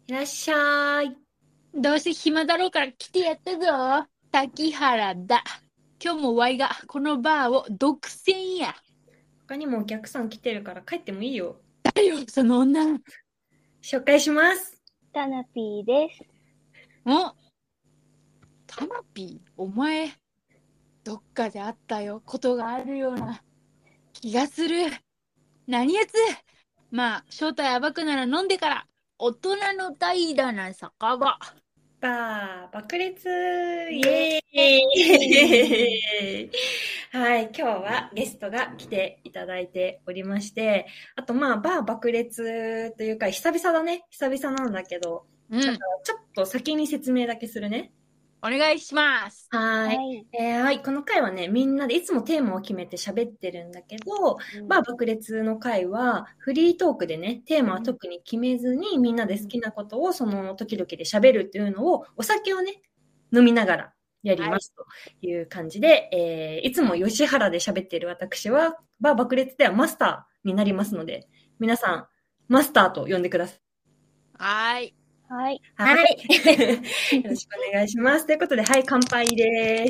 いらっしゃい。 どうせ暇だろうから来てやったぞ。滝原だ。今日もワイがこのバーを独占や。 他にもお客さん来てるから帰ってもいいよ。 誰よ、その女。 紹介します。 タナピーです。 お、タマピー、お前、どっかで会ったよ。ことがあるような気がする。何やつ。まあ、正体暴くなら飲んでから。大人の怠惰な酒場。 バー爆裂イイエエーイ。 ーイはい、今日はゲストが来ていただいておりまして、あとまあ、バー爆裂というか、久々だね。久々なんだけど、だからちょっと先に説明だけするね。 お願いします。 はーい。 はい。 はい。この回はね、みんなでいつもテーマを決めて喋ってるんだけど、まあ、爆裂の回は、フリートークでね、テーマは特に決めずに、みんなで好きなことをその時々で喋るっていうのを、お酒をね、飲みながらやりますという感じで、いつも吉原で喋っている私は、バー爆裂ではマスターになりますので、皆さん、マスターと呼んでください。 はい。 はい。 はい。よろしくお願いします。ということで、はい、乾杯です。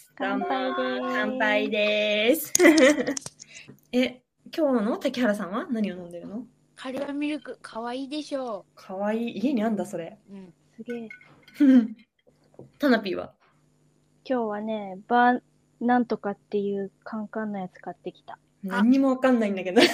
乾杯です。 乾杯です。今日の滝原さんは何を飲んでるの？ カルアミルク、かわいいでしょかわいい。家にあんだ、それ。 う。 すげえ。 タナピーは？ 今日はね、バーなんとかっていうカンカンのやつ買ってきた。 何にもわかんないんだけど。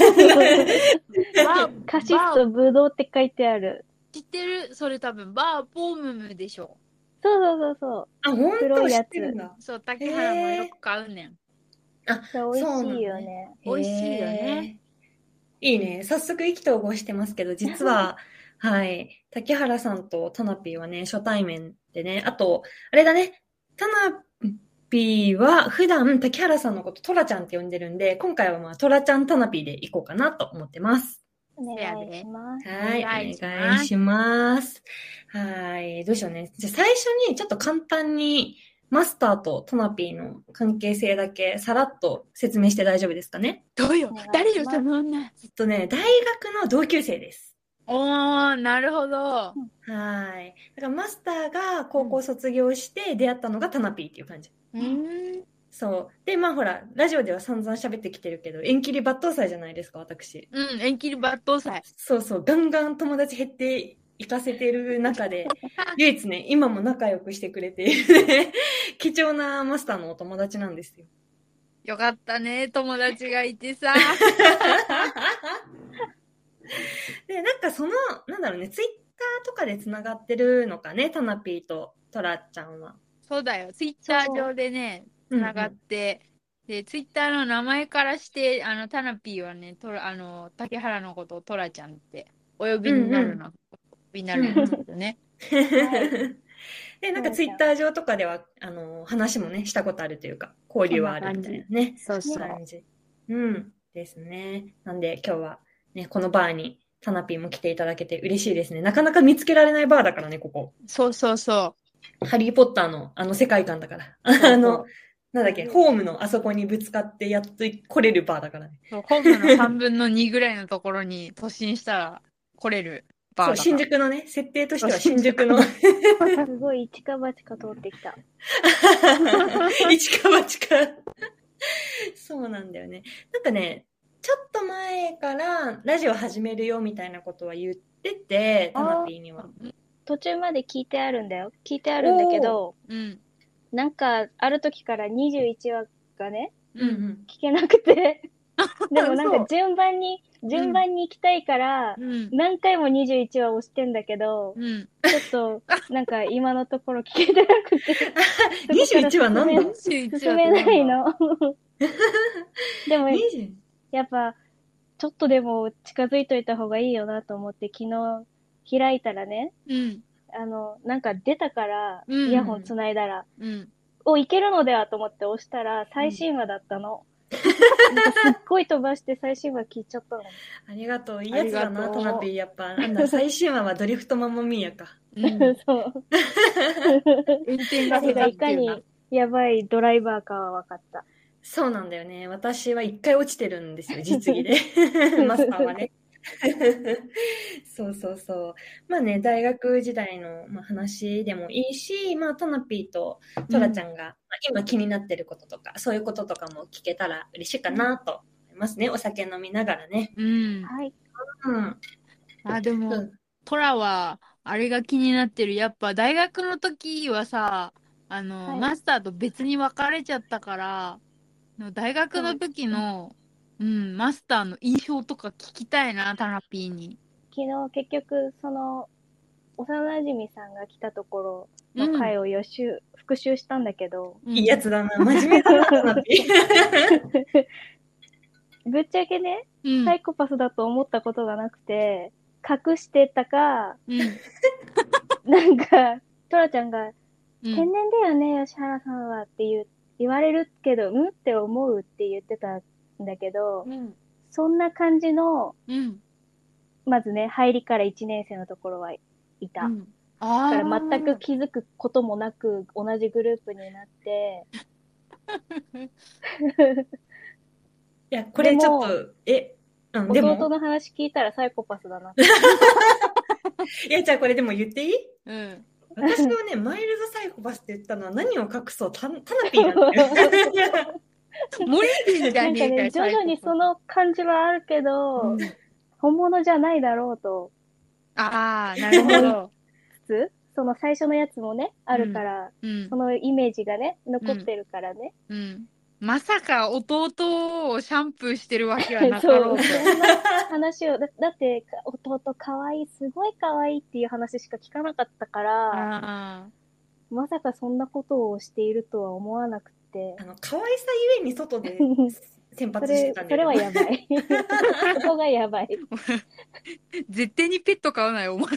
カシスとブドウって書いてある。 知ってる？それ多分、バーポームムでしょ。 そう。 あ、ほんと知っ黒いやつ。 てるんだ。 そう、竹原もよく買うねん。 あ、 そう、美そう味しいよなんね。 ね。 美味しいよね。 いいね。早速意気投合してますけど、実は、はい。竹原さんとタナピーはね、初対面でね、あと、あれだね、タナピーは普段竹原さんのことトラちゃんって呼んでるんで、今回はまあトラちゃんタナピーで行こうかなと思ってます。 お願いします。 はい、 お願いおします願いします。はい、どうしようね。じゃあ最初にちょっと簡単にマスターとタナピーの関係性だけさらっと説明して大丈夫ですかね？ どうよお願いします。 誰よ、その女。 大学の同級生です。 おー、なるほど。 はい。だからマスターが高校卒業して出会ったのがタナピーっていう感じ。そう。で、まあほら、ラジオでは散々喋ってきてるけど、縁切り抜刀斎じゃないですか、私。 縁切り抜刀斎。 そうそう、ガンガン友達減っていかせてる中で、唯一ね、今も仲良くしてくれているね、貴重なマスターのお友達なんですよ。 よかったね、友達がいてさ。 で、なんかその、なんだろうね、ツイッターとかで繋がってるのかね、タナピーとトラちゃんは。 そうだよ、ツイッター上でね、つながって、で、ツイッターの名前からして、タナピーはね、竹原のことをトラちゃんってお呼びになるの、お呼びになるんですけどね。 で、なんかツイッター上とかでは、話もね、したことあるというか、交流はあるみたいなね。 そうそう。 感じ。うんですね。なんで今日はね、このバーにタナピーも来ていただけて嬉しいですね。なかなか見つけられないバーだからね、ここ。 そうそうそう。 ハリーポッターの世界観だから。なんだっけ、ホームのあそこにぶつかってやっと来れるバーだからね。 そう、ホームの3分の2ぐらいのところに突進したら来れるバーだから。 そう、新宿のね、設定としては新宿の。 すごい、一か八か通ってきた。 一か八か。そうなんだよね。なんかね、ちょっと前からラジオ始めるよみたいなことは言ってて、タナピーには。 途中まで聞いてあるんだよ。聞いてあるんだけど、なんか、ある時から21話がね、聞けなくて。でもなんか順番に行きたいから、何回も21話押してんだけど、ちょっと、なんか今のところ聞けてなくて。 21話なんだ？ 進めないの。でも、やっぱ、ちょっとでも近づいといた方がいいよなと思って昨日開いたらね、なんか出たから、イヤホン繋いだら、いけるのではと思って押したら、最新話だったの。なんかすっごい飛ばして最新話聞いちゃったの。 ありがとう。いいやつだな、タナピー。やっぱ、なんだ、最新話はドリフトママミーヤか。 そう。運転がいかにやばいドライバーかは分かった。 そうなんだよね。私は一回落ちてるんですよ、実技で。マスターはね。 そうそうそう。まあね、大学時代の、話でもいいし、タナピーとトラちゃんが、今気になってることとか、そういうこととかも聞けたら嬉しいかなと思いますね。お酒飲みながらね。 はい。 でも、トラは、あれが気になってる。やっぱ大学の時はさ、マスターと別に別れちゃったから、大学の時の、マスターの印象とか聞きたいな、タナピーに。 昨日結局、幼馴染さんが来たところの回を復習したんだけど。 いいやつだな。真面目だな、タナピー。 ぶっちゃけね、サイコパスだと思ったことがなくて、隠してたか、なんか、トラちゃんが、天然だよね、吉原さんはって言われるけど、って思うって言ってたんだけど、そんな感じの、まずね、入りから1年生のところはいた。だから全く気づくこともなく、同じグループになって、 いや、これちょっと、 でも弟の話聞いたらサイコパスだな。 いや、じゃあこれでも言っていい？私はね、マイルドサイコパスって言ったのは何を隠そうタナピーなんだよ。 モリピーじゃねえかよ。 徐々にその感じはあるけど、本物じゃないだろうと。 なるほど。 その最初のやつもね、あるから、そのイメージがね、残ってるからね。 まさか弟をシャンプーしてるわけはなかろうと。 そんな話を、だって弟かわいい、すごいかわいいっていう話しか聞かなかったから、まさかそんなことをしているとは思わなくて。 可愛さゆえに外で先発してたんだそれはやばい。そこがやばい。 絶対にペット飼わない、お前。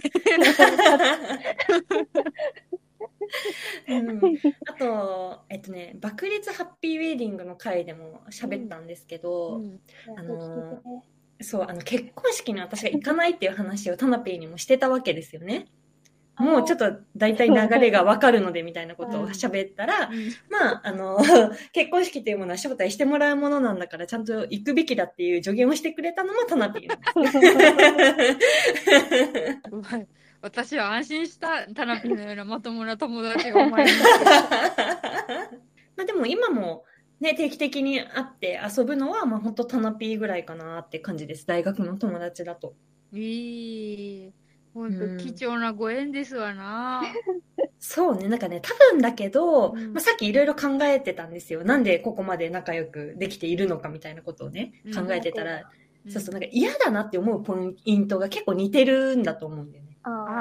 あと、爆裂ハッピーウェディングの回でも喋ったんですけど、結婚式に私が行かないっていう話をタナピーにもしてたわけですよね。もうちょっと大体流れがわかるのでみたいなことを喋ったら、結婚式というものは招待してもらうものなんだからちゃんと行くべきだっていう助言をしてくれたのもタナピーなんです。私は安心した。タナピーのようなまともな友達がお前に。 でも今もね、定期的に会って遊ぶのは、本当タナピーぐらいかなって感じです。大学の友達だと。 本当貴重なご縁ですわな。 そうね、なんかね、多分だけど、さっきいろいろ考えてたんですよ。なんでここまで仲良くできているのかみたいなことをね、考えてたら、そうそう、なんか嫌だなって思うポイントが結構似てるんだと思うんだよね。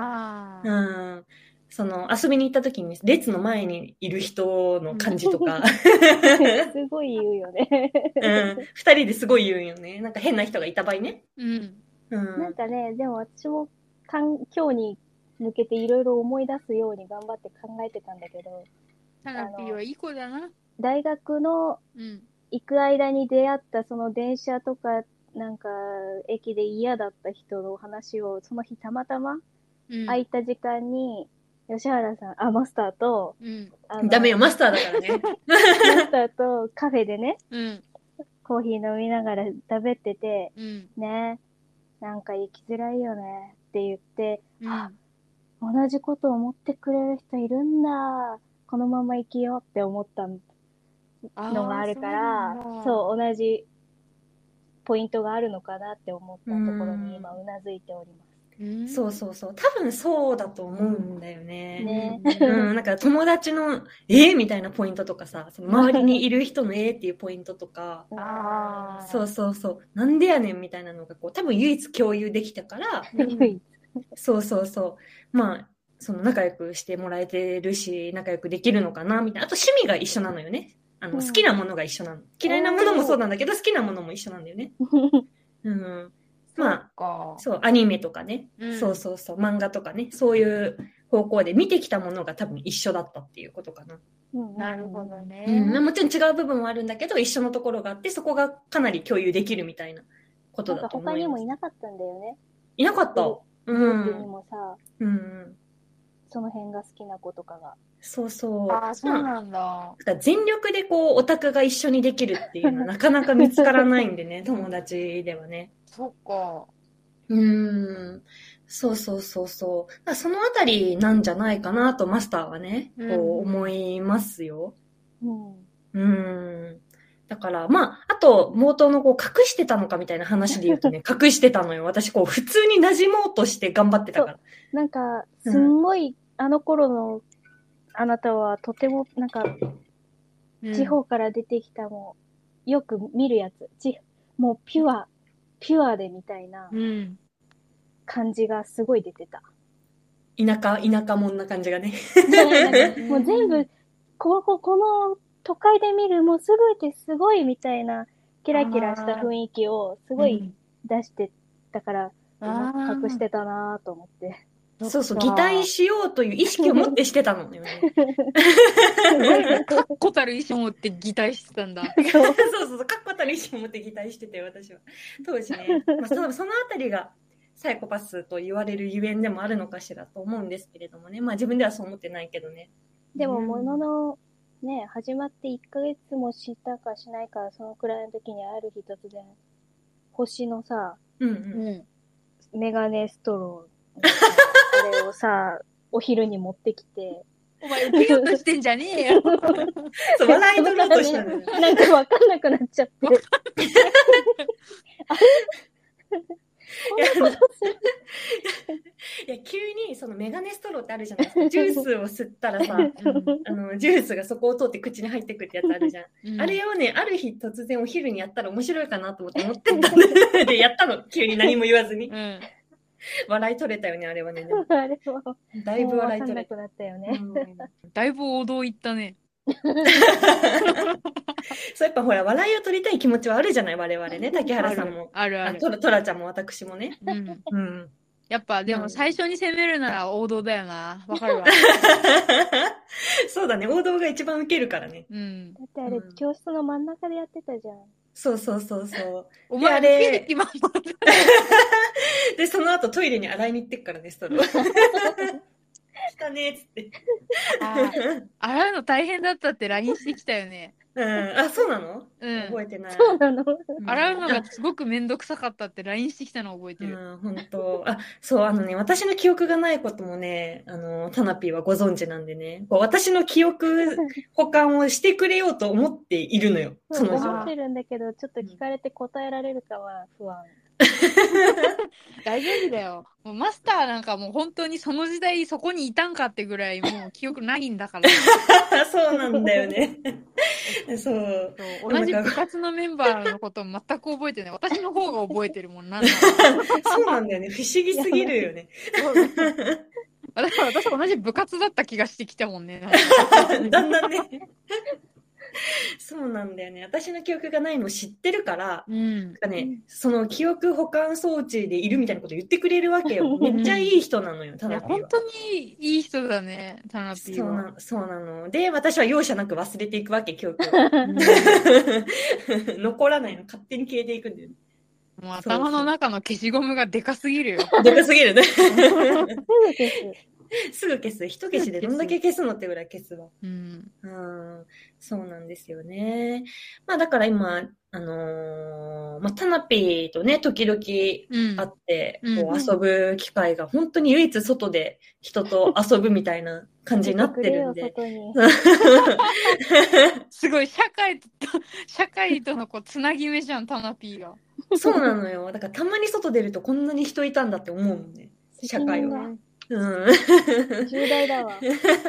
遊びに行った時に列の前にいる人の感じとか。 すごい言うよね。 二人ですごい言うよね。なんか変な人がいた場合ね。 なんかね、でも私も今日に向けていろいろ思い出すように頑張って考えてたんだけど。 タナピーはいい子だな。 大学の行く間に出会ったその電車とか、なんか駅で嫌だった人の話をその日たまたま空いた時間に、吉原さん、マスターと、 ダメよ、マスターだからね。 マスターとカフェでね、コーヒー飲みながら食べてて、ね、なんか生きづらいよねって言って、同じことを思ってくれる人いるんだ、このまま生きようって思ったのがあるから、そう、同じポイントがあるのかなって思ったところに今うなずいております。 そうそうそう。多分そうだと思うんだよね。なんか友達のみたいなポイントとかさ、その周りにいる人のっていうポイントとか、そうそうそう。なんでやねんみたいなのが多分唯一共有できたから、そうそうそう。仲良くしてもらえてるし、仲良くできるのかなみたいな。あと趣味が一緒なのよね。好きなものが一緒なの。嫌いなものもそうなんだけど、好きなものも一緒なんだよね。そう、アニメとかね、そうそうそう、漫画とかね、そういう方向で見てきたものが多分一緒だったっていうことかな。 なるほどね。 もちろん違う部分はあるんだけど、一緒のところがあって、そこがかなり共有できるみたいなことだと思います。 他にもいなかったんだよね。 いなかった。 グループにもさ、その辺が好きな子とかが。 そうそう。 そうなんだ。 全力でオタクが一緒にできるっていうのはなかなか見つからないんでね、友達ではね。 そっか。 そうそうそうそう。そのあたりなんじゃないかなとマスターはね、こう思いますよ。だから、まあ、あと、冒頭のこう隠してたのかみたいな話で言うとね、隠してたのよ。私こう普通に馴染もうとして頑張ってたから。 なんか、すんごい、あの頃のあなたはとても、なんか、地方から出てきたもう、よく見るやつ。もうピュアでみたいな感じがすごい出てた。 田舎もんな感じがね。 もう全部、この都会で見るもうすべてすごいみたいなキラキラした雰囲気をすごい出してたから、隠してたなぁと思って。 そうそう、擬態しようという意識を持ってしてたのよね。 確固たる意志を持って擬態してたんだ。 そうそう、確固たる意志を持って擬態してて、私は。当時ね。まあ、そのあたりがサイコパスと言われるゆえんでもあるのかしらと思うんですけれどもね。まあ自分ではそう思ってないけどね。 でも、ものの、ね、始まって1ヶ月もしたかしないか、そのくらいの時にある日突然、星のさ、メガネストロー、あれをさ、お昼に持ってきて。 お前受けようとしてんじゃねえよ。 そう、笑い取ろうとしたのよ。 なんかわかんなくなっちゃって。あれいや、急にそのメガネストローってあるじゃないですか。ジュースを吸ったらさ、ジュースがそこを通って口に入ってくってやつあるじゃん。あれをね、ある日突然お昼にやったら面白いかなと思って持ってったんで、で、やったの。急に何も言わずに。笑い取れたよね、あれはね。 あれは。 だいぶ笑い取れた。なくなったよね。 だいぶ王道行ったね。 そう、やっぱほら、笑いを取りたい気持ちはあるじゃない、我々ね。竹原さんも。 ある。 トラちゃんも私もね。 やっぱ、でも最初に攻めるなら王道だよな。わかるわ。 そうだね、王道が一番ウケるからね。 だってあれ、教室の真ん中でやってたじゃん。 そう。 お前、受ける気満々だ。 で、その後トイレに洗いに行ってっからね、ストロー。来たねーっつって。 洗うの大変だったって LINE してきたよね。 あ、そうなの？覚えてない。 そうなの？ 洗うのがすごくめんどくさかったって LINE してきたの覚えてる。 本当。そう、私の記憶がないこともね、タナピーはご存知なんでね、こう私の記憶保管をしてくれようと思っているのよ、 彼女は。思ってるんだけど、ちょっと聞かれて答えられるかは不安。 大丈夫だよ。もうマスターなんかもう本当にその時代そこにいたんかってぐらいもう記憶ないんだから。 そうなんだよね。そう。 同じ部活のメンバーのこと全く覚えてない。私の方が覚えてるもんなんそうなんだよね。不思議すぎるよね。 私同じ部活だった気がしてきたもんね。 だんだんね。そうなんだよね。私の記憶がないのを知ってるから、その記憶保管装置でいるみたいなこと言ってくれるわけよ。めっちゃいい人なのよ、タナピーは。 本当にいい人だね、タナピーは。 そうなの。で、私は容赦なく忘れていくわけ、記憶を。残らないの、勝手に消えていくんだよね。 もう頭の中の消しゴムがでかすぎるよ。 でかすぎるね。すぐ消す。一消しでどんだけ消すのってぐらい消すわ。そうなんですよね。まあだから今、タナピーとね、時々会って、こう遊ぶ機会が本当に唯一外で人と遊ぶみたいな感じになってるんで。 すごい、社会とのこう、つなぎ目じゃん、タナピーが。 そうなのよ。だからたまに外出るとこんなに人いたんだって思うもんね。社会は。 重大だわ。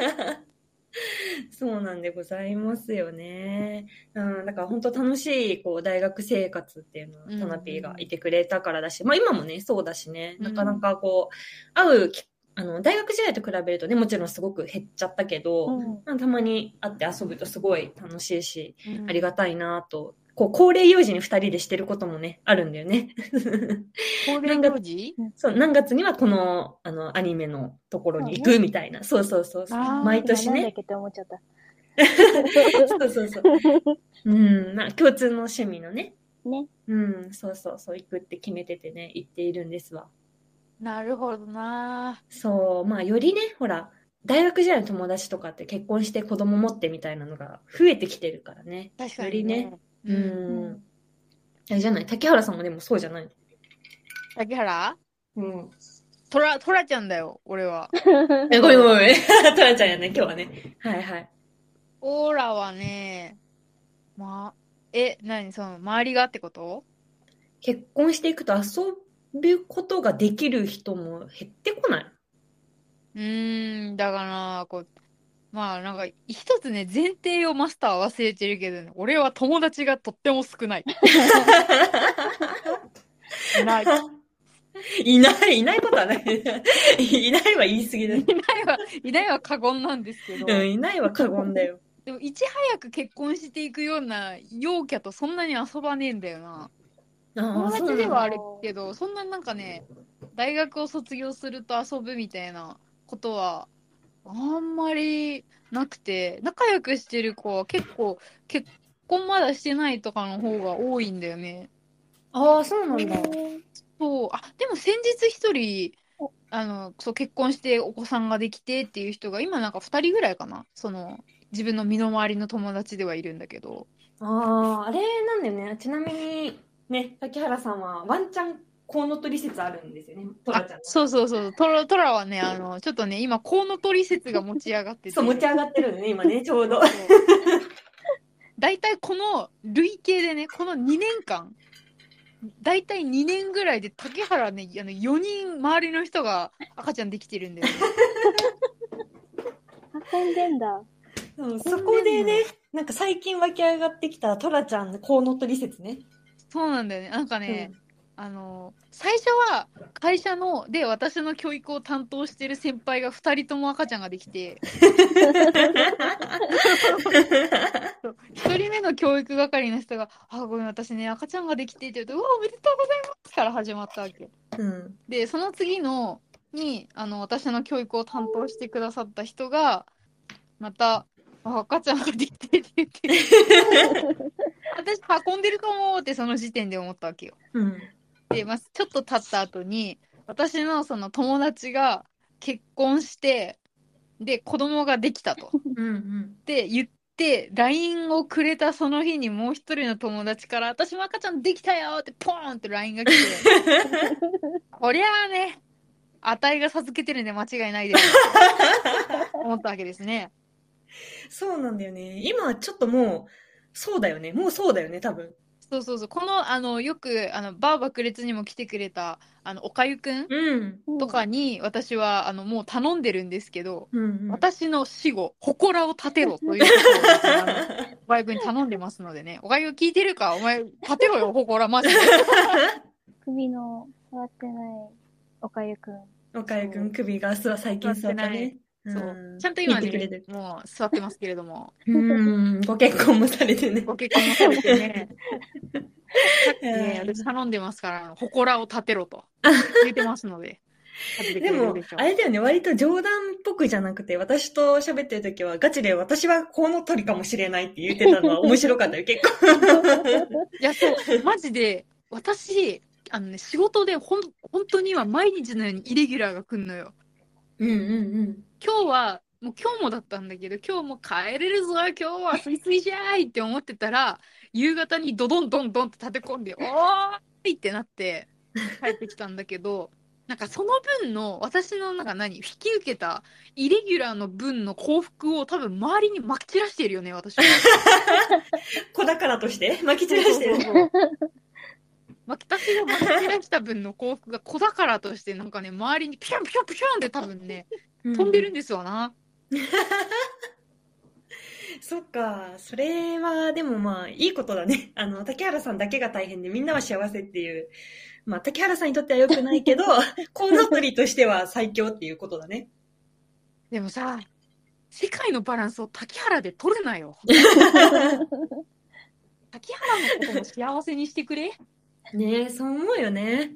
そうなんでございますよね。だから本当楽しいこう大学生活っていうのはタナピーがいてくれたからだし、まあ今もねそうだしね、なかなかこう会う大学時代と比べるとねもちろんすごく減っちゃったけど、たまに会って遊ぶとすごい楽しいし、ありがたいなと。こう、恒例行事に2人でしてることもね、あるんだよね。 恒例行事？ そう、何月にはこの、アニメのところに行くみたいな。そう。毎年ね。 なんだっけって思っちゃった。 そう。まあ、共通の趣味のね。そう、行くって決めててね、行っているんですわ。 なるほどな。 そう、まあ、よりね、ほら、大学時代の友達とかって結婚して子供持ってみたいなのが増えてきてるからね。 確かに、 よりね。あれじゃない竹原さんもでもそうじゃない？ 竹原？ うん。 トラちゃんだよ、俺は。 ごめんごめんごめん。トラちゃんやね、今日はね。はいはい。 オーラはね、何その、周りがってこと？ 結婚していくと遊ぶことができる人も減ってこない？ だからな、なんか、一つね、前提をマスターは忘れてるけどね、俺は友達がとっても少ない。いない。 いないことはない。いないは言い過ぎだ。 いないは過言なんですけど。 いないは過言だよ。 でも、いち早く結婚していくような陽キャとそんなに遊ばねえんだよな。友達ではあるけど、そんななんかね、大学を卒業すると遊ぶみたいなことは、あんまりなくて、仲良くしてる子は結構、結婚まだしてないとかの方が多いんだよね。 ああ、そうなんだ。 そう、でも先日一人、結婚してお子さんができてっていう人が、今なんか2人ぐらいかな。自分の身の回りの友達ではいるんだけど。 あれなんだよね。ちなみに、ね、竹原さんはワンチャンコウノトリ説あるんですよね。トラちゃん。 そうそうそう。トラはね、ちょっとね、今、コウノトリ説が持ち上がってて。 そう、持ち上がってるね、今ね、ちょうど。 大体この累計でね、この2年間、大体2年ぐらいで竹原ね、4人周りの人が赤ちゃんできてるんだよね。 運んでんだ。 そこでね、なんか最近湧き上がってきたトラちゃんのコウノトリ説ね。 そうなんだよね。なんかね、最初は会社で私の教育を担当してる先輩が2人とも赤ちゃんができて、1人目の教育係の人が、ごめん、私ね、赤ちゃんができてって言うと、うわ、おめでとうございますから始まったわけ。で、その次に、私の教育を担当してくださった人が、また、赤ちゃんができてって言って、私運んでるかもってその時点で思ったわけよ。で、ちょっと経った後に、私のその友達が結婚して、で、子供ができたと。って言って、LINE をくれたその日にもう一人の友達から、私も赤ちゃんできたよってポーンって LINE が来て、こりゃあね、値が授けてるんで間違いないです。思ったわけですね。 そうなんだよね。今ちょっともう、そうだよね。もうそうだよね、多分。 そうそうそう。よく、バー爆裂にも来てくれた、おかゆくんとかに、私は、もう頼んでるんですけど、私の死後、祠を立てろということを、おかゆくんに頼んでますのでね。おかゆ聞いてるか？お前、立てろよ、祠、マジで。 首の座ってないおかゆくん。 おかゆくん、首が最近座ったね。 そう。ちゃんと今ね、もう座ってますけれども。 ご結婚もされてね。 ご結婚もされてね。さっきね、私頼んでますから、祠を立てろと言ってますので。 でも、あれだよね、割と冗談っぽくじゃなくて、私と喋ってるときはガチで私はコウノトリかもしれないって言ってたのは面白かったよ、結構。 いや、そう、マジで、私、仕事で本当に今毎日のようにイレギュラーが来るのよ。今日もだったんだけど、今日も帰れるぞ、今日はスイスイじゃーいって思ってたら、夕方にドドンドンドンって立て込んで、おーいってなって帰ってきたんだけど、なんかその分の、私の引き受けたイレギュラーの分の幸福を多分周りに撒き散らしてるよね、私は。 子宝として撒き散らしてる。 私が撒き散らした分の幸福が子宝としてなんかね、周りにピュンピュンピュンって多分ね、飛んでるんですわな。 そっか、それはでもまあいいことだね。竹原さんだけが大変でみんなは幸せっていう。まあ竹原さんにとっては良くないけど、コウノトリとしては最強っていうことだね。 でもさ、世界のバランスを竹原で取るなよ。竹原のことも幸せにしてくれ。 ねえ、そう思うよね。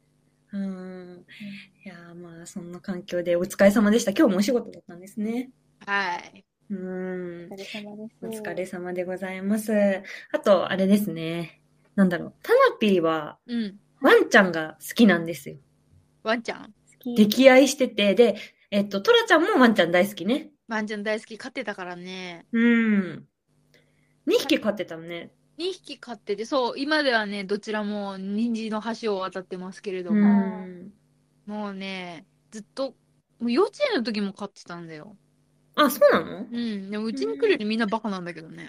いやまあそんな環境でお疲れ様でした。今日もお仕事だったんですね。 はい。 お疲れ様です。 お疲れ様でございます。あと、あれですね。なんだろう。タナピーは、ワンちゃんが好きなんですよ。 ワンちゃん溺愛してて、で、トラちゃんもワンちゃん大好きね。 ワンちゃん大好き。飼ってたからね。 2匹飼ってたのね。 2匹飼ってて、そう、今ではね、どちらも虹の橋を渡ってますけれども。 もうね、ずっと、もう幼稚園の時も飼ってたんだよ。 あ、そうなの？ うん。でもうちに来るよりみんなバカなんだけどね。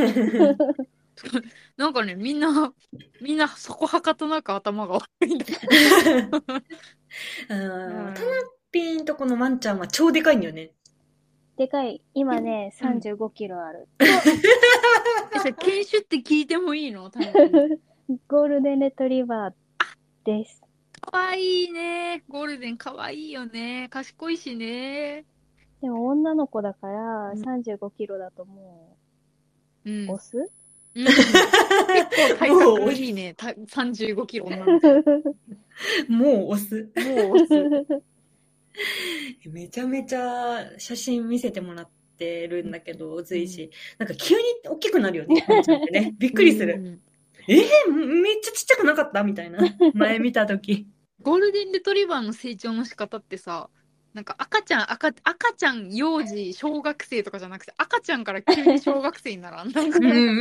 なんかね、みんなそこはかとなく頭が悪いんだけど。 タナピンとこのワンちゃんは超でかいんだよね。 でかい。今ね、35キロある。 それ犬種って聞いてもいいの？ ゴールデンレトリバーです。 かわいいね。ゴールデンかわいいよね。賢いしね。 でも女の子だから35キロだともう、オス？ 結構体格いいね。35キロ女の子。 もうオス。 もうオス。 めちゃめちゃ写真見せてもらってるんだけど、随時。なんか急に大きくなるよね。ねびっくりする。めっちゃちっちゃくなかったみたいな。前見たとき。 ゴールデンレトリバーの成長の仕方ってさ、なんか赤ちゃん幼児小学生とかじゃなくて、赤ちゃんから急に小学生にならん。なんか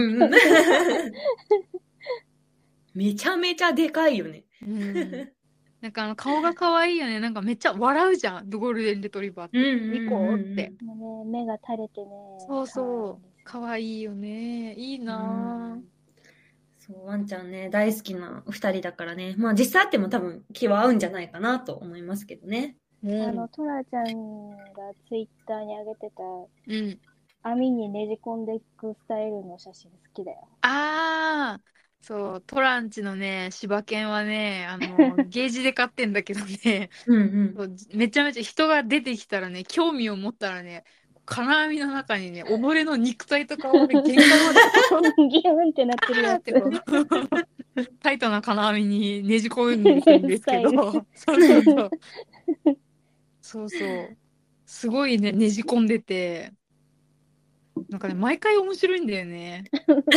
めちゃめちゃでかいよね。 なんか顔が可愛いよね。なんかめっちゃ笑うじゃん。ゴールデンレトリバーって。ニコーって。 目が垂れてね。 そうそう。可愛いよね。いいなぁ。 そう、ワンちゃんね、大好きな二人だからね。まあ実際あっても多分気は合うんじゃないかなと思いますけどね。 トラちゃんがツイッターに上げてた、網にねじ込んでいくスタイルの写真好きだよ。 そう、トランチのね、柴犬はね、ゲージで飼ってんだけどね、めちゃめちゃ人が出てきたらね、興味を持ったらね、金網の中にね、己の肉体とかをね、限界までギューンってなってるやつ。 タイトな金網にねじ込んでいくんですけど、そう。すごいね、ねじ込んでて、なんかね、毎回面白いんだよね。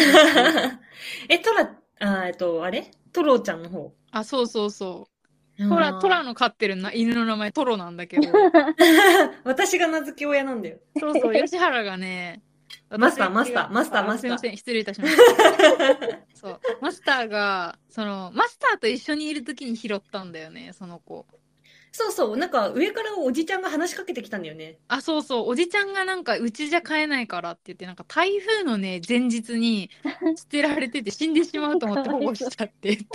あれトロちゃんの方。 そう。トラの飼ってる犬の名前トロなんだけど。 私が名付け親なんだよ。 そう、吉原がね、 マスター。 すいません、失礼いたしました。そう、マスターが、マスターと一緒にいるときに拾ったんだよね、その子。 そう、なんか上からおじちゃんが話しかけてきたんだよね。 そう、おじちゃんがなんかうちじゃ飼えないからって言って、なんか台風のね、前日に捨てられてて死んでしまうと思って保護したって言って。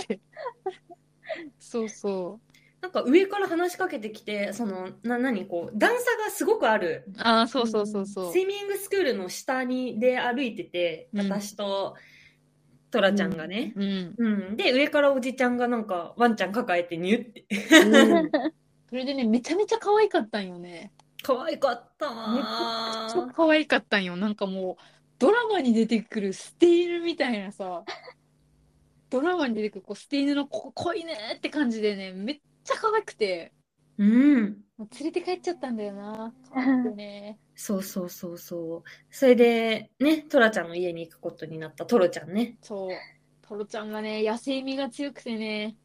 そう。 なんか上から話しかけてきて、段差がすごくある。 そう。 スイミングスクールの下で歩いてて、私とトラちゃんがね。で、上からおじちゃんがなんかワンちゃん抱えてニュって。 それでね、めちゃめちゃ可愛かったんよね。 可愛かっためちゃくちゃ可愛かったんよ。なんかもう、ドラマに出てくる捨て犬みたいなさ、ドラマに出てくる捨て犬の濃いねって感じでね、めっちゃ可愛くて。もう連れて帰っちゃったんだよな。可愛くね。 そう。それで、ね、トラちゃんの家に行くことになったトロちゃんね。 そう。トロちゃんがね、野生味が強くてね。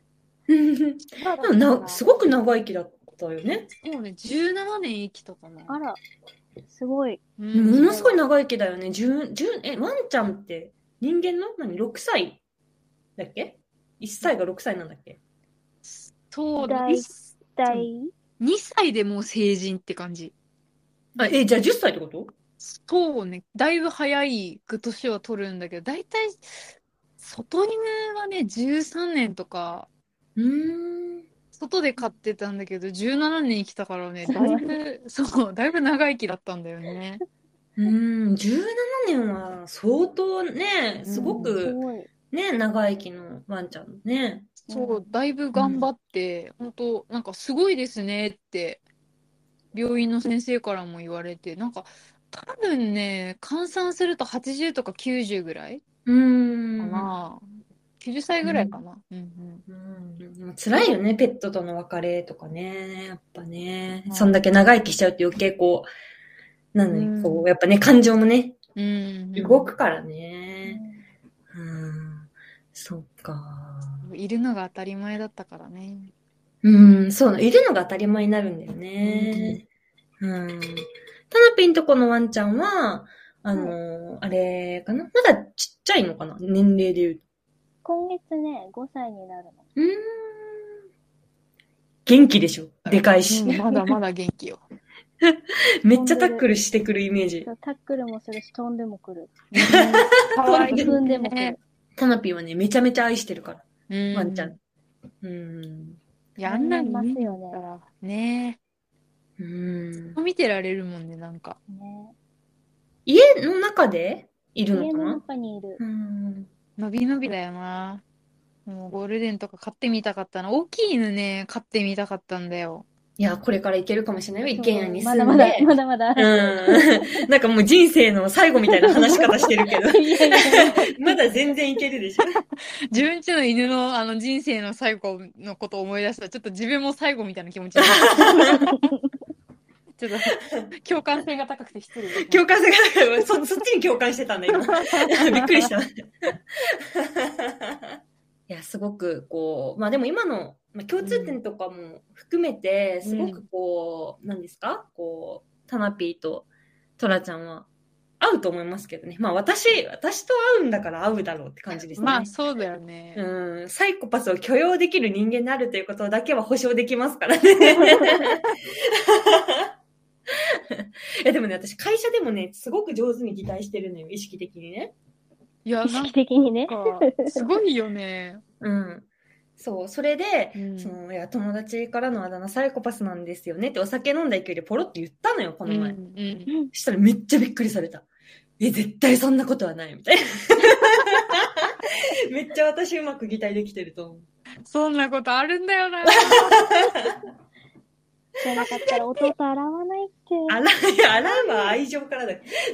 すごく長生きだったよね。 もうね、17年生きたかな。 あら、すごい。 ものすごい長生きだよね。ワンちゃんって人間の6歳だっけ ?1 歳が6歳なんだっけ？ そう、 大体 2歳でもう成人って感じ。 じゃあ10歳ってこと？ そうね。だいぶ早い年は取るんだけど、だいたい外犬はね、13年とか、外で飼ってたんだけど、17年生きたからね、だいぶ長生きだったんだよね。 17年は相当ね、すごくね、長生きのワンちゃんね。 そう、だいぶ頑張って、本当なんかすごいですねって、病院の先生からも言われて、なんか、多分ね、換算すると80とか90ぐらいかな。90歳ぐらいかな。 辛いよね、ペットとの別れとかね。やっぱね。そんだけ長生きしちゃうと余計やっぱね、感情もね、動くからね。そっか。 いるのが当たり前だったからね。 そうな、いるのが当たり前になるんだよね。タナピンとこのワンちゃんは、あれかな、まだちっちゃいのかな、年齢で言うと。 今月ね、5歳になるの。 元気でしょ。でかいし。 まだまだ元気よ。 めっちゃタックルしてくるイメージ。 タックルもするし、飛んでも来る。 かわいい。 踏んでも来る。 タナピーはね、めちゃめちゃ愛してるから。ワンちゃん。 やんないますよね。見てられるもんね、なんか。 ね、 家の中でいるのかな？ 家の中にいる。 のびのびだよな。もうゴールデンとか飼ってみたかったな。大きい犬ね、飼ってみたかったんだよ。 いや、これから行けるかもしれないよ。一軒家に住んで。まだまだ。 なんかもう人生の最後みたいな話し方してるけど。まだ全然いけるでしょ。 自分ちの犬の人生の最後のことを思い出したら、ちょっと自分も最後みたいな気持ちになる。ちょっと、共感性が高くて失礼です、ね。 共感性が高くて、そっちに共感してたんだ、今。びっくりした。いや、すごく、こう、まあでも今の、共通点とかも含めて、すごくこう、何ですか？こう、タナピーとトラちゃんは合うと思いますけどね。まあ私と合うんだから合うだろうって感じですね。 まあそうだよね。 サイコパスを許容できる人間であるということだけは保証できますからね。でもね、私会社でもね、すごく上手に擬態してるのよ、意識的にね。 いや、 意識的にね。 すごいよね。 そう、それで、いや、友達からのあだ名サイコパスなんですよねってお酒飲んだ勢いでポロって言ったのよ、この前。そしたらめっちゃびっくりされた。絶対そんなことはないみたいな。めっちゃ私うまく擬態できてると思う。 そんなことあるんだよな。 じゃなかったら弟洗わないって。 洗うは愛情からだ。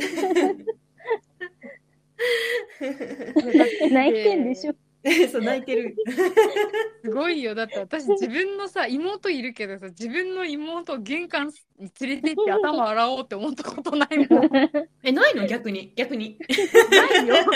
泣いてんでしょ。 そう、泣いてる。 すごいよ。だって私自分のさ、妹いるけどさ、自分の妹を玄関に連れてって頭洗おうって思ったことないもん。 ないの？逆に。 ないよ。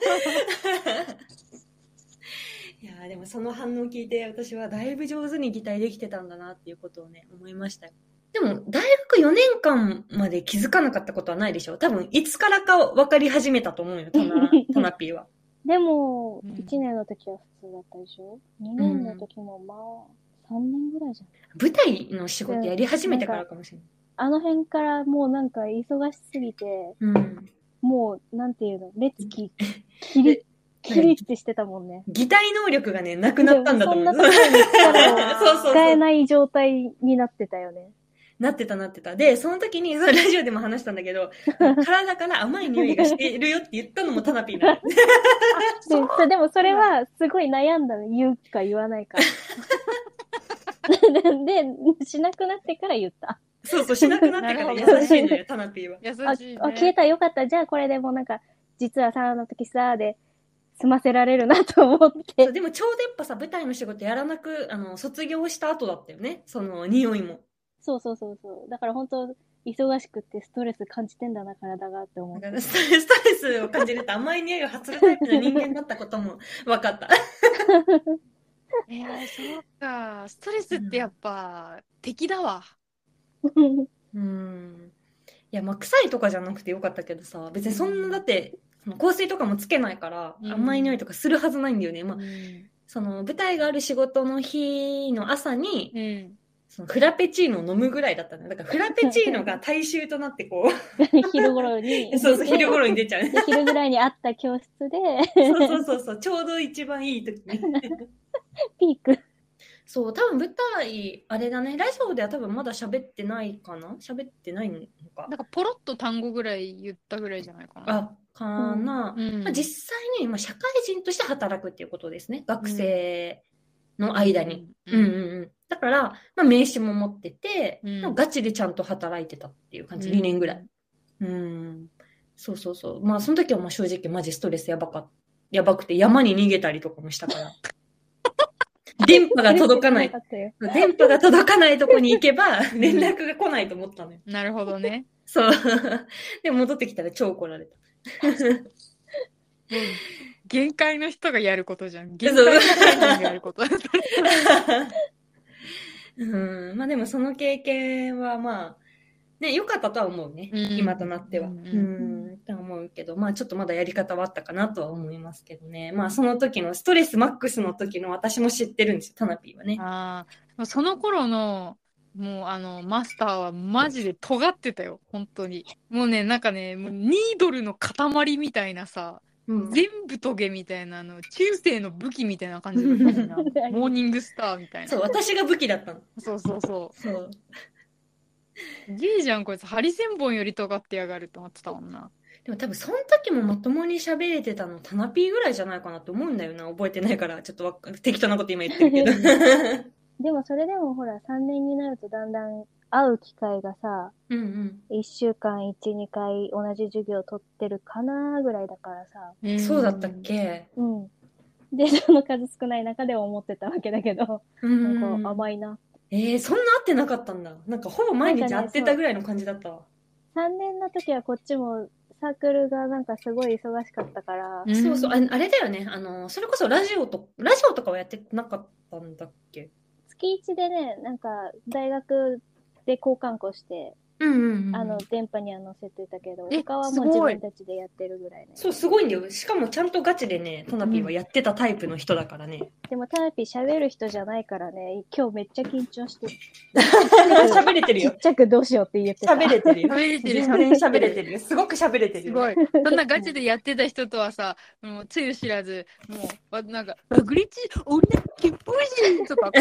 いやでもその反応を聞いて私はだいぶ上手に擬態できてたんだなっていうことをね、思いましたよ。でも、大学4年間まで気づかなかったことはないでしょ？多分、いつからか分かり始めたと思うよ、タナピーは。 でも、1年の時は普通だったでしょ？ 2 年の時もまあ、3年ぐらいじゃん。 舞台の仕事やり始めてからかもしれない。 あの辺からもうなんか忙しすぎて、もう、なんていうの、目つき、キリってしてたもんね。 擬態能力がね、なくなったんだと思う。 そんなところに力を使えない状態になってたよね。 なってた。で、その時に、ラジオでも話したんだけど、体から甘い匂いがしてるよって言ったのもタナピーなの。でもそれはすごい悩んだの。言うか言わないか。で、しなくなってから言った。 そう、しなくなってから優しいのよ、タナピーは。 優しい、ね。 消えたよかった。じゃあこれでもなんか、実はさ、あの時さ、で、済ませられるなと思って。 でもちょうどやっぱさ、舞台の仕事やらなく、卒業した後だったよね。その匂いも。 そう。だから本当、忙しくてストレス感じてんだな、体がって思って。 ストレスを感じると甘い匂いを発するタイプの人間だったことも分かった。 そうか。ストレスってやっぱ、敵だわ。 いや、まあ、臭いとかじゃなくてよかったけどさ、別にそんな、だって、香水とかもつけないから、甘い匂いとかするはずないんだよね。まあ、その、舞台がある仕事の日の朝に、そのフラペチーノを飲むぐらいだったの。だからフラペチーノが大衆となってこう昼頃にそう昼頃に出ちゃう。 昼ぐらいにあった教室でそうちょうど一番いい時にピーク。 そう、多分舞台あれだね、ラジオでは多分まだ喋ってないかな、喋ってないのか。 なんかポロッと単語ぐらい言ったぐらいじゃないかな。 かな。まあ、実際に今社会人として働くっていうことですね。学生の間に。だから、まあ、名刺も持ってて、ガチでちゃんと働いてたっていう感じ、2年ぐらい。そう。まあ、その時はまあ正直マジストレスやばくて山に逃げたりとかもしたから。電波が届かない。電波が届かないとこに行けば、連絡が来ないと思ったのよ。 なるほどね。 そう。で、戻ってきたら超怒られた。 限界の人がやることじゃん。限界の人がやること。 まあでもその経験はまあ、ね、良かったとは思うね。今となっては。と思うけど、まあちょっとまだやり方はあったかなとは思いますけどね。まあその時のストレスマックスの時の私も知ってるんですよ、タナピーはね。 その頃の、もうマスターはマジで尖ってたよ、本当に。もうね、なんかね、もうニードルの塊みたいなさ、全部トゲみたいな、中世の武器みたいな感じだったな。モーニングスターみたいな。 そう、私が武器だったの。 そうそうそう。そう。ゲイじゃん、こいつ。ハリセンボンより尖ってやがると思ってたもんな。 でも多分その時もまともに喋れてたのタナピーぐらいじゃないかなと思うんだよな。覚えてないから、ちょっと適当なこと今言ってるけど。 でもそれでもほら、3年になるとだんだん会う機会がさ、1週間1、2回同じ授業取ってるかなぐらいだからさ。 そうだったっけ？ うん。で、その数少ない中では思ってたわけだけど、なんか甘いな。 そんな会ってなかったんだ。なんかほぼ毎日会ってたぐらいの感じだったわ。 3年の時はこっちもサークルがなんかすごい忙しかったから。 そうそう、あれだよね。それこそラジオとかはやってなかったんだっけ？ 月1でね、なんか大学で交換校して、電波には載せてたけど、他はもう自分たちでやってるぐらいね。 そう、すごいんだよ。しかもちゃんとガチでね、タナピーはやってたタイプの人だからね。 でもタナピー喋る人じゃないからね、今日めっちゃ緊張してる。 喋れてるよ。 ちっちゃくどうしようって言ってた。 喋れてるよ。 喋れてる。 全然喋れてるよ。すごく喋れてるよ。 すごい。そんなガチでやってた人とはさ、もうつゆ知らず、もう、なんか、バグリチ、俺、キップジンとか、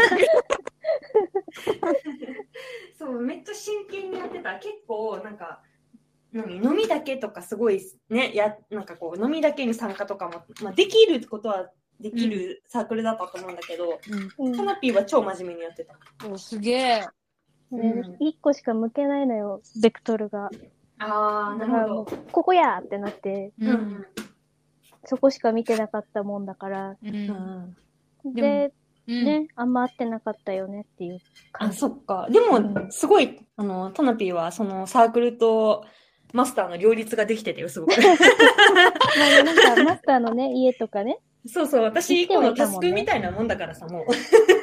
そう、めっちゃ真剣にやってた。結構、なんか、飲みだけとかすごいね、なんかこう、飲みだけに参加とかも、まあ、できることはできるサークルだったと思うんだけど、タナピーは超真面目にやってた。 すげえ。 1個しか向けないのよ、ベクトルが。 なるほど。 ここやってなって、そこしか見てなかったもんだから。で、ね、あんま合ってなかったよねっていう感じ。 そっか。でも、すごい、タナピーはそのサークルとマスターの両立ができてたよ、すごく。 なんか、マスターのね、家とかね。 そうそう、私以降のタスクみたいなもんだからさ、もう。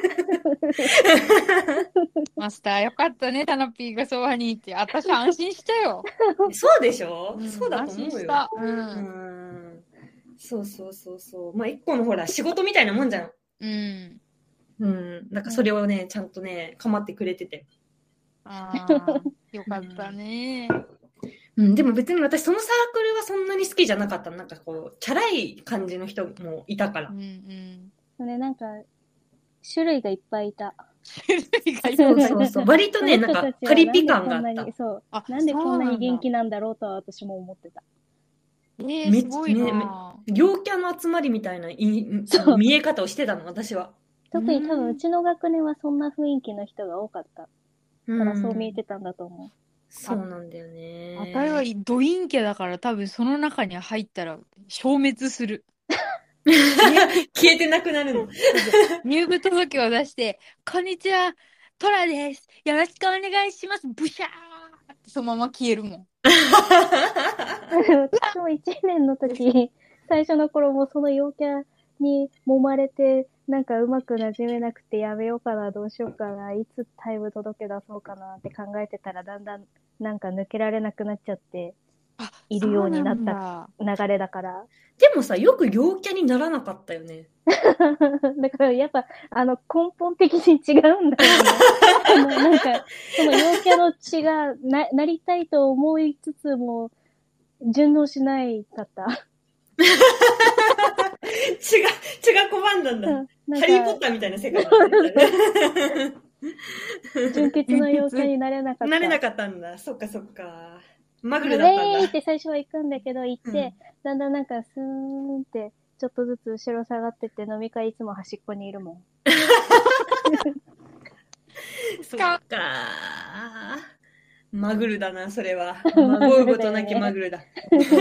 マスターよかったね、タナピーがそばにいて。私安心したよ。 そうでしょ？そうだと思うよ。 安心した。 そうそうそうそう。まあ、一個のほら、仕事みたいなもんじゃん。なんかそれをね、ちゃんとね、構ってくれてて。 よかったね。 でも別に私そのサークルはそんなに好きじゃなかった。なんかこう、チャラい感じの人もいたから。 それなんか、種類がいっぱいいた。 そうそう。割とね、なんか、パリピ感があった。 そう。なんでこんなに元気なんだろうとは私も思ってた。 すごいな。 陽キャの集まりみたいな見え方をしてたの、私は。 特に多分うちの学年はそんな雰囲気の人が多かった。からそう見えてたんだと思う。 そうなんだよね。 あたいはド陰キャだから多分その中に入ったら消滅する。 消えてなくなるの。 入部届を出して、こんにちは、トラです。よろしくお願いします。ブシャーってそのまま消えるもん。 私も1年の時、最初の頃もその陽キャに揉まれて、なんかうまく馴染めなくてやめようかな、どうしようかな、いつタイム届出そうかなって考えてたらだんだんなんか抜けられなくなっちゃって、いるようになった流れだから。 でもさ、よく陽キャにならなかったよね。 だからやっぱ、根本的に違うんだよね。なんか、その陽キャの血がなりたいと思いつつも、順応しないかった。 血が拒んだんだ。ハリーポッターみたいな世界だね。 純潔の陽キャになれなかった。 なれなかったんだ。そっかそっか。マグルだったんだ。 ウェーって最初は行くんだけど、行って、だんだんなんかスーンって、ちょっとずつ後ろ下がってって飲み会いつも端っこにいるもん。 そっかマグルだな、それは。まごうことなきマグルだ。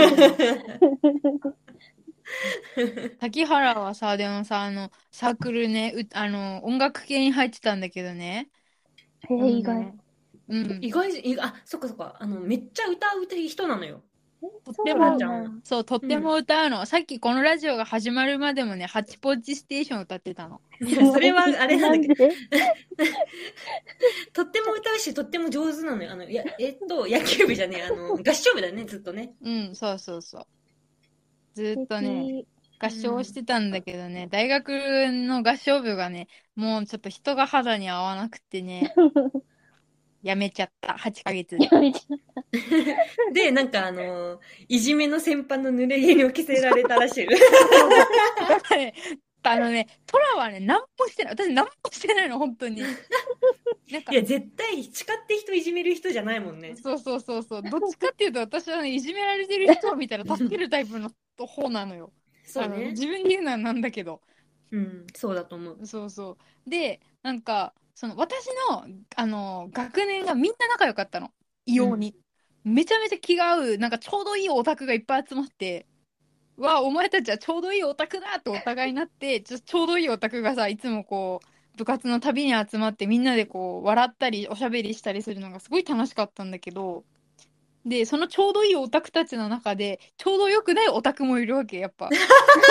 滝原はさ、でもさ、サークルね、音楽系に入ってたんだけどね。 意外。 意外、そっかそっか。めっちゃ歌う人なのよ。 とっても歌うの。さっきこのラジオが始まるまでもね、ハチポッチステーション歌ってたの。 それはあれなんだけど。とっても歌うし、とっても上手なのよ。野球部じゃねえ、合唱部だね、ずっとね。 そうそうそう。ずっとね。 合唱をしてたんだけどね、大学の合唱部がね、もうちょっと人が肌に合わなくてね、やめちゃった。8ヶ月で。 やめちゃった。 で、なんかいじめの先輩の濡れ衣を着せられたらしい。 だからね、トラはね、何もしてない。私何もしてないの、本当に。 なんかいや、絶対、誓って人いじめる人じゃないもんね。 そう。どっちかっていうと、私はね、いじめられてる人を見たら助けるタイプの方なのよ。 そうね。 自分で言うのはなんだけど。 うん、そうだと思う。 そう。で、なんか、私の、学年がみんな仲良かったの。異様に。めちゃめちゃ気が合う、なんかちょうどいいオタクがいっぱい集まって、お前たちはちょうどいいオタクだってお互いになって、ちょうどいいオタクがさ、いつもこう、部活の旅に集まってみんなでこう、笑ったり、おしゃべりしたりするのがすごい楽しかったんだけど、で、そのちょうどいいオタクたちの中で、ちょうどよくないオタクもいるわけ、やっぱ。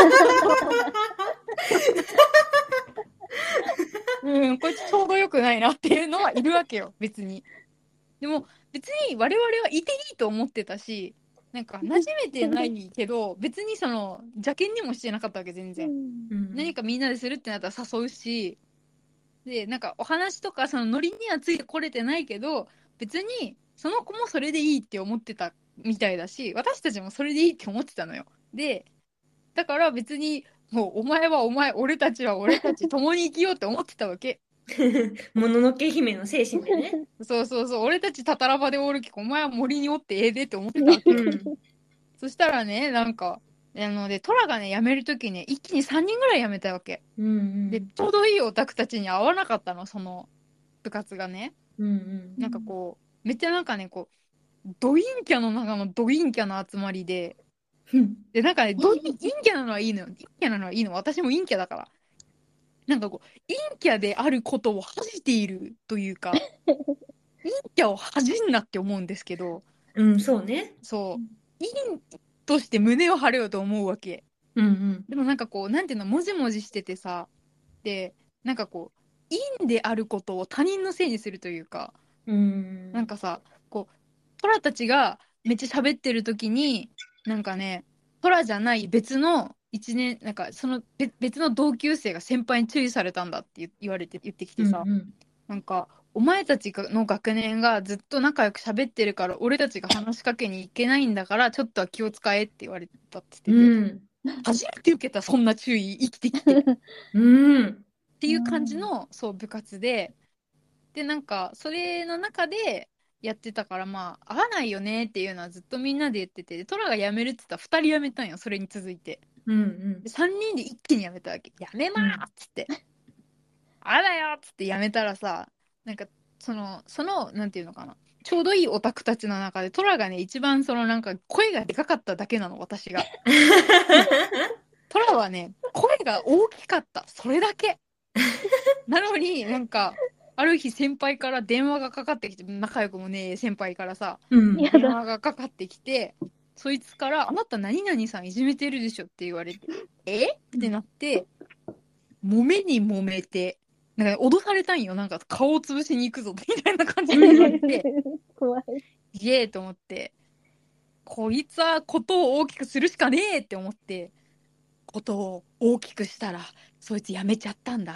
こいつちょうどよくないなっていうのはいるわけよ、別に。でも、別に我々はいていいと思ってたし、なんか馴染めてないけど、別に邪険にもしてなかったわけ、全然。何かみんなでするってなったら誘うし、で、なんかお話とか、ノリにはついてこれてないけど、別にその子もそれでいいって思ってたみたいだし、私たちもそれでいいって思ってたのよ。で、だから別に、もうお前はお前、俺たちは俺たち、共に生きようって思ってたわけ。 もののけ姫の精神でね。 そう、俺たちたたらばでおるけど、お前は森におってええでって思ってたわけ。そしたらね、なんか、トラがね、辞めるときね、一気に3人ぐらい辞めたわけ。で、ちょうどいいオタクたちに合わなかったの、その部活がね。なんかこう、めっちゃなんかね、こう、ド陰キャの中のド陰キャの集まりで、で、なんかね、陰キャなのはいいのよ。陰キャなのはいいの。私も陰キャだから。なんかこう、陰キャであることを恥じているというか、陰キャを恥じんなって思うんですけど、 そうね。 そう、陰として胸を張れよと思うわけ。でもなんかこう、なんていうの、もじもじしててさ、で、なんかこう、陰であることを他人のせいにするというか、なんかさ、こう、トラたちがめっちゃ喋ってる時に、なんかね、トラじゃない別のなんか別の同級生が先輩に注意されたんだって言ってきてさ、なんか、お前たちの学年がずっと仲良く喋ってるから、俺たちが話しかけに行けないんだから、ちょっとは気を使えって言われたって言ってて、初めて受けた、そんな注意、生きてきて。っていう感じの、そう、部活で、なんか、それの中でやってたから、まあ、合わないよねっていうのはずっとみんなで言ってて、トラが辞めるって言ったら2人辞めたんよ、それに続いて。で3人で一気に辞めたわけ。やめまーっつって。あらよっつって辞めたらさ、なんか、なんていうのかな。ちょうどいいオタクたちの中で、トラがね、一番なんか声がでかかっただけなの、私が。トラはね、声が大きかった。それだけ。なのになんか、ある日先輩から電話がかかってきて、仲良くもねえ先輩からさ、電話がかかってきて、そいつから、あなた何々さんいじめてるでしょって言われて、ってなって、揉めに揉めて、なんか脅されたんよ。なんか顔を潰しに行くぞ、みたいな感じに言われて、 怖い。 イエーと思って、こいつはことを大きくするしかねえって思って、ことを大きくしたら、そいつやめちゃったんだ。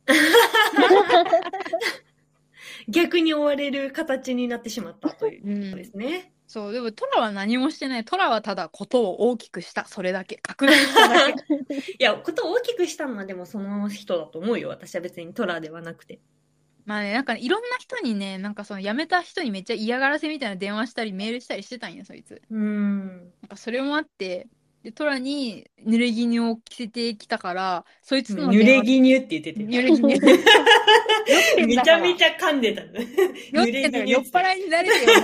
逆に追われる形になってしまったということですね。 そう、でもトラは何もしてない。トラはただことを大きくした。それだけ。拡大しただけ。いや、ことを大きくしたのはでもその人だと思うよ。私は別にトラではなくて。 まあね、なんか、いろんな人にね、なんか辞めた人にめっちゃ嫌がらせみたいな電話したりメールしたりしてたんよ、そいつ。なんかそれもあって、で、トラに濡れ衣を着せてきたから、そいつとの濡れ衣って言ってて。 濡れ衣。 めちゃめちゃ噛んでた。 濡れ衣。酔っ払いになれてよ。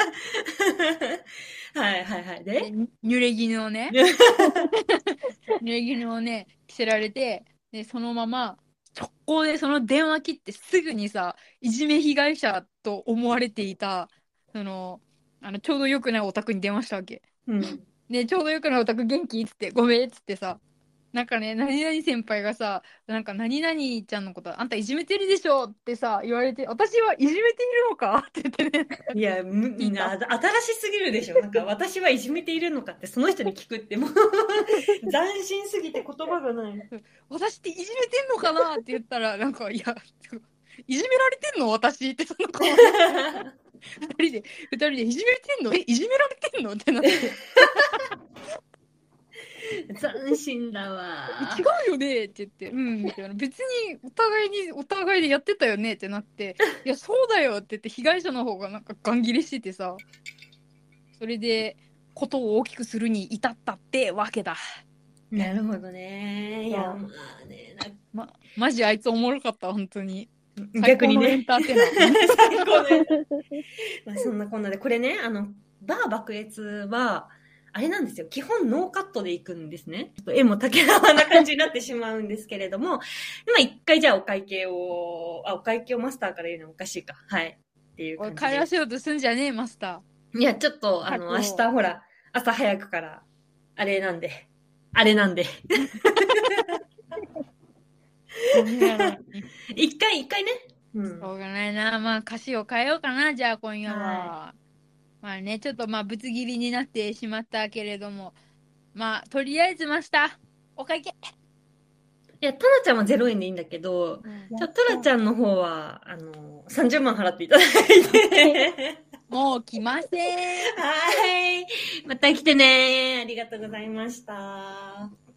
はい。で濡れ衣をね、濡れ衣をね、着せられて、で、そのまま、直行でその電話切ってすぐにさ、いじめ被害者と思われていた、ちょうどよくないオタクに電話したわけ。で、ちょうどよくないオタク元気っつって、ごめんっつってさ、 なんかね、何々先輩がさ、なんか何々ちゃんのこと、あんたいじめてるでしょってさ、言われて、私はいじめているのかって言ってね。 いや、みんな新しすぎるでしょ。なんか私はいじめているのかってその人に聞くってもう斬新すぎて言葉がない。 私っていじめてんのかなって言ったら、なんか、いや、いじめられてんの私ってその子。二人でいじめてんのいじめられてんのってなって。 斬新だわ。 違うよねって言って、みたいな。別にお互いでやってたよねってなって、いや、そうだよって言って、被害者の方がなんかガン切れしててさ、それで、ことを大きくするに至ったってわけだ。 なるほどね。いや、まあね。 マジあいつおもろかった、本当に。 逆にね。 エンターテイナー。 最高ね。まあそんなこんなで、これね、バー爆裂は、あれなんですよ。基本ノーカットでいくんですね。ちょっと絵も竹縄な感じになってしまうんですけれども、今一回じゃあお会計をマスターから言うのはおかしいか。はい。っていう感じで。 帰らせようとすんじゃねえ、マスター。いや、ちょっと、明日ほら、朝早くから、あれなんで。一回ね。 しょうがないな。まあ、歌詞を変えようかな、じゃあ今夜は。まあね、ちょっとぶつ切りになってしまったけれども。まあ、とりあえずマスター、お会計。 いや、タナちゃんは0円でいいんだけど、タナちゃんの方は、30万払っていただいて。 もう来ません。 はい。また来てね。ありがとうございました。